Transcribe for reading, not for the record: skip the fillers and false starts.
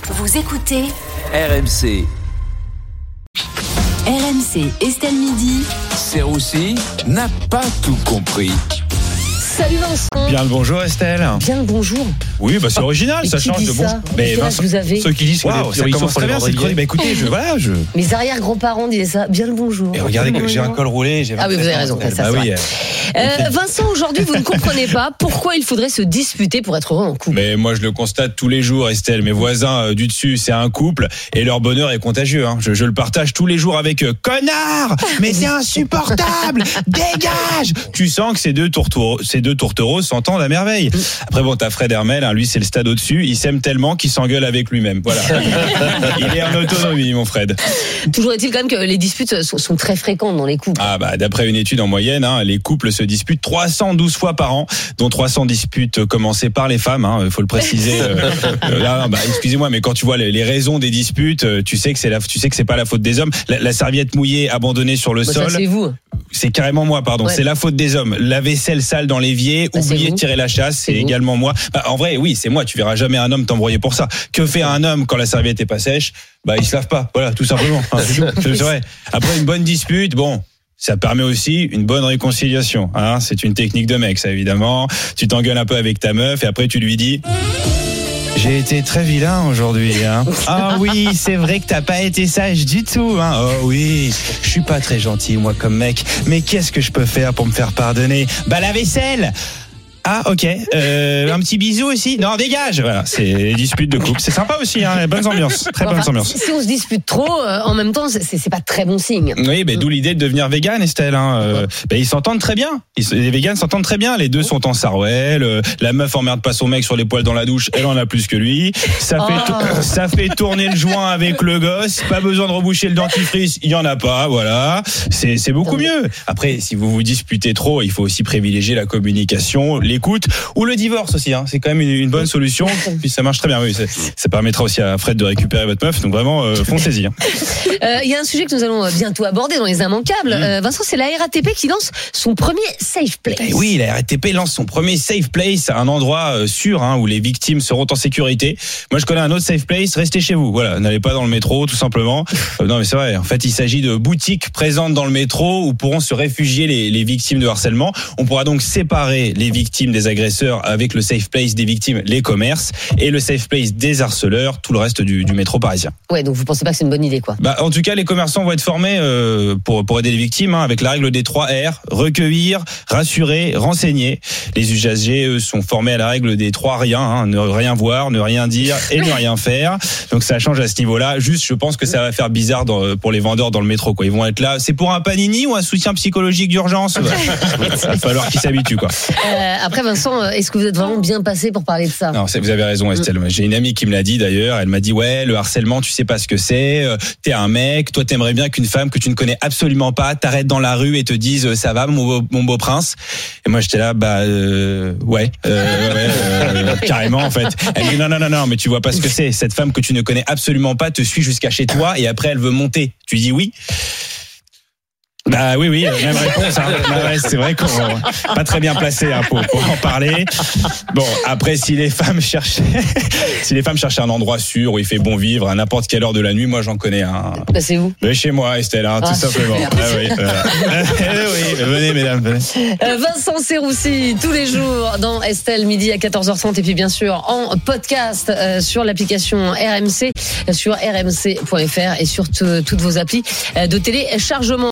Vous écoutez RMC. RMC Estelle Midi. Serroussi n'a pas tout compris. Salut Vincent. Bien le bonjour Estelle. Bien le bonjour. Oui, bah c'est original, Mais ça qui change dit de bon. ça Mais Quel âge Vincent, vous avez ceux qui disent que Waouh, les ça commence commence très bien pour les cette chronique. Bah écoutez, Mes arrière-grands-parents disaient ça. Bien le bonjour. Et regardez que j'ai un col roulé. Ah oui, vous avez raison. Ça, Bah c'est oui. vrai. Vincent, aujourd'hui, vous ne comprenez pas pourquoi il faudrait se disputer pour être heureux en couple. Mais moi je le constate tous les jours, Estelle. Mes voisins du dessus, c'est un couple et leur bonheur est contagieux. Hein. Je le partage tous les jours avec eux. Connard, mais c'est insupportable. Dégage. Tu sens que ces deux tourtereaux s'entendent à merveille. Après bon, t'as Fred Hermel, hein, lui c'est le stade au-dessus. Il s'aime tellement qu'il s'engueule avec lui-même. Voilà. Il est en autonomie, mon Fred. Toujours est-il quand même que les disputes sont très fréquentes dans les couples. Ah bah d'après une étude en moyenne, hein, les couples se disputent 312 fois par an, dont 300 disputes commencées par les femmes. Hein, faut le préciser. Excusez-moi, mais quand tu vois les raisons des disputes, tu sais que c'est pas la faute des hommes. La serviette mouillée abandonnée sur le sol. Ça c'est vous. C'est carrément moi, pardon. Ouais. C'est la faute des hommes. La vaisselle sale dans l'évier, oublier de tirer la chasse, c'est également moi. Bah, en vrai, oui, c'est moi. Tu verras jamais un homme t'embrouiller pour ça. Que fait un homme quand la serviette est pas sèche? Bah, il se lave pas. Voilà, tout simplement. C'est vrai. Après une bonne dispute, bon. Ça permet aussi une bonne réconciliation. Hein, c'est une technique de mec, ça évidemment. Tu t'engueules un peu avec ta meuf et après tu lui dis. J'ai été très vilain aujourd'hui. Hein. Ah oui, c'est vrai que t'as pas été sage du tout. Hein. Oh oui, je suis pas très gentil moi comme mec. Mais qu'est-ce que je peux faire pour me faire pardonner? Bah la vaisselle. Ah ok, un petit bisou aussi. Non, dégage. Voilà, c'est les disputes de couple. C'est sympa aussi, hein, bonnes ambiances, très bonnes ambiances. Si on se dispute trop, en même temps, c'est pas très bon signe. Oui, d'où l'idée de devenir vegan, Estelle. Hein. Ils s'entendent très bien. Les végans s'entendent très bien. Les deux sont en sarouel. La meuf emmerde pas son mec sur les poils dans la douche. Elle en a plus que lui. Ça fait tourner le joint avec le gosse. Pas besoin de reboucher le dentifrice. Il y en a pas. Voilà. C'est beaucoup mieux. Après, si vous vous disputez trop, il faut aussi privilégier la communication, l'écoute ou le divorce aussi. Hein. C'est quand même une bonne solution. Puis ça marche très bien. Oui, ça permettra aussi à Fred de récupérer votre meuf. Donc vraiment, foncez-y. Il y a un sujet que nous allons bientôt aborder dans les immanquables. Vincent, c'est la RATP qui lance son premier safe place. Et oui, la RATP lance son premier safe place, un endroit sûr hein, où les victimes seront en sécurité. Moi, je connais un autre safe place. Restez chez vous. Voilà, n'allez pas dans le métro, tout simplement. Non, mais c'est vrai. En fait, il s'agit de boutiques présentes dans le métro où pourront se réfugier les victimes de harcèlement. On pourra donc séparer les victimes des agresseurs avec le safe place des victimes, les commerces, et le safe place des harceleurs, tout le reste du métro parisien. Ouais, donc vous pensez pas que c'est une bonne idée, quoi? Bah, en tout cas, les commerçants vont être formés pour aider les victimes hein, avec la règle des 3 R, recueillir, rassurer, renseigner. Les usagers, eux, sont formés à la règle des 3 rien, hein, ne rien voir, ne rien dire et ne rien faire. Donc ça change à ce niveau-là. Juste, je pense que ça va faire bizarre pour les vendeurs dans le métro, quoi. Ils vont être là. C'est pour un panini ou un soutien psychologique d'urgence? Il va falloir qu'ils s'habituent, quoi. Après, Vincent, est-ce que vous êtes vraiment bien passé pour parler de ça? Non, vous avez raison, Estelle. J'ai une amie qui me l'a dit d'ailleurs. Elle m'a dit ouais, le harcèlement, tu sais pas ce que c'est. T'es un mec, toi t'aimerais bien qu'une femme que tu ne connais absolument pas t'arrête dans la rue et te dise ça va mon beau prince. Et moi j'étais là carrément en fait. Elle me dit non, mais tu vois pas ce que c'est. Cette femme que tu ne connais absolument pas te suit jusqu'à chez toi et après elle veut monter. Tu dis oui. Bah oui, même réponse. Hein. Ouais, c'est vrai qu'on pas très bien placé hein, pour en parler. Bon, après, si les femmes cherchaient un endroit sûr où il fait bon vivre à n'importe quelle heure de la nuit, moi j'en connais un. Bah c'est où? Chez moi, Estelle, hein, tout simplement. Oui, venez, mesdames. Venez. Vincent Serroussi, tous les jours dans Estelle Midi à 14h30 et puis bien sûr en podcast sur l'application RMC, sur rmc.fr et sur toutes vos applis de téléchargement.